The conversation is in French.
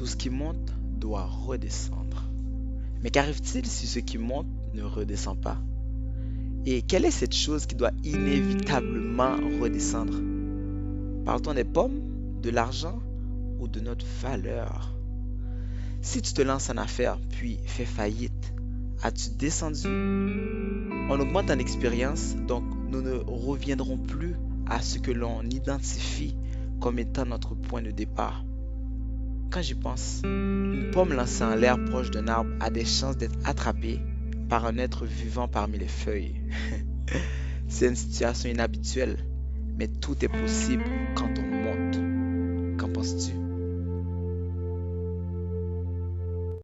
ce qui monte doit redescendre. Mais qu'arrive-t-il si ce qui monte ne redescend pas? Et quelle est cette chose qui doit inévitablement redescendre? Parle-t-on des pommes, de l'argent ou de notre valeur? Si tu te lances en affaires puis fais faillite, as-tu descendu? On augmente en expérience, donc nous ne reviendrons plus à ce que l'on identifie comme étant notre point de départ. Quand j'y pense, une pomme lancée en l'air proche d'un arbre a des chances d'être attrapée par un être vivant parmi les feuilles. C'est une situation inhabituelle, mais tout est possible quand on monte. Qu'en penses-tu?